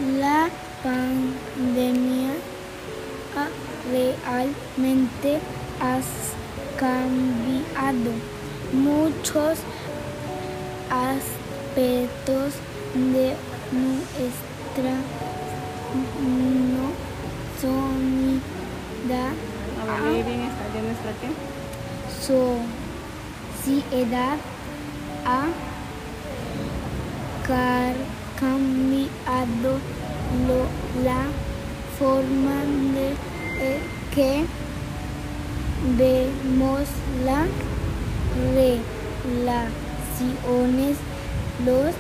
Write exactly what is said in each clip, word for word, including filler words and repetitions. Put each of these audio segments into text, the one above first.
La pandemia realmente ha cambiado muchos aspectos de nuestra no sociedad. A ver, lee bien esta, ¿de nuestra qué? Sociedad ha cambiado lo, la forma de eh, que vemos las relaciones, los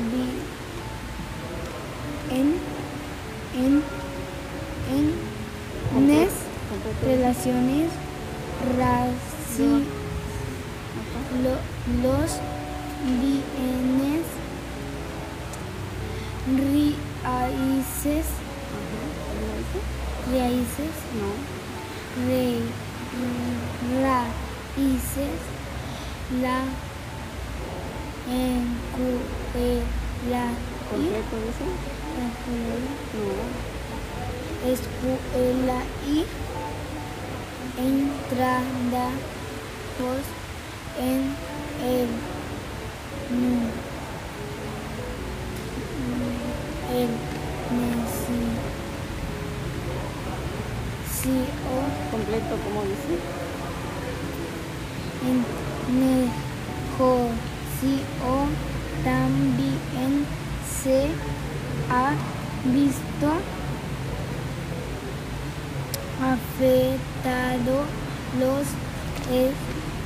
en en en nes, relaciones raci, lo, los bienes raíces raíces No. re, raíces la escuela ¿Completo dice? No. escuela y entrada pues en el el negocio Completo, ¿cómo dice? en negocio también se ha visto afectado los es,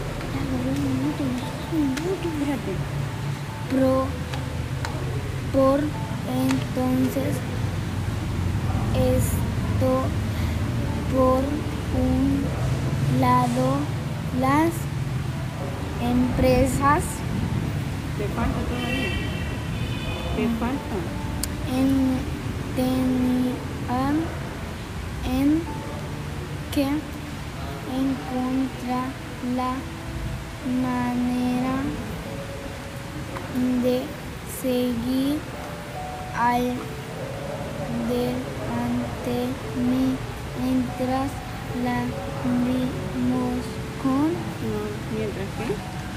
pro, por entonces esto por un lado las empresas ¿Te falta todavía? ¿Te falta? en, tenían en que encontrar la manera de seguir adelante mientras la vimos con No. ¿Mientras qué?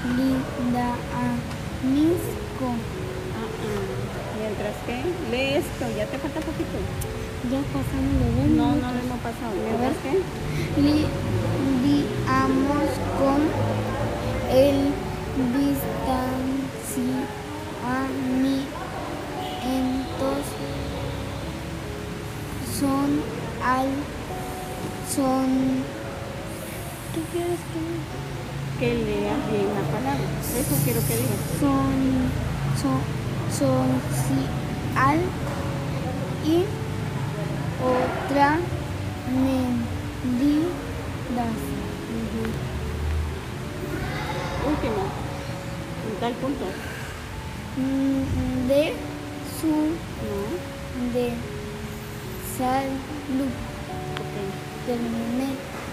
liderazgo. Ah, ah. ¿Mientras qué? Lee esto, ya te falta poquito. Ya pasamos los dos No, no minutos. lo hemos pasado. ¿Mientras qué? Lidiamos con el distanciamiento, son al son ¿qué quieres que Que leas bien la palabra. Eso quiero que digas. son son social y otra medidas? Uh-huh. Último. En tal punto. De su No. de salud. Ok. Terminé.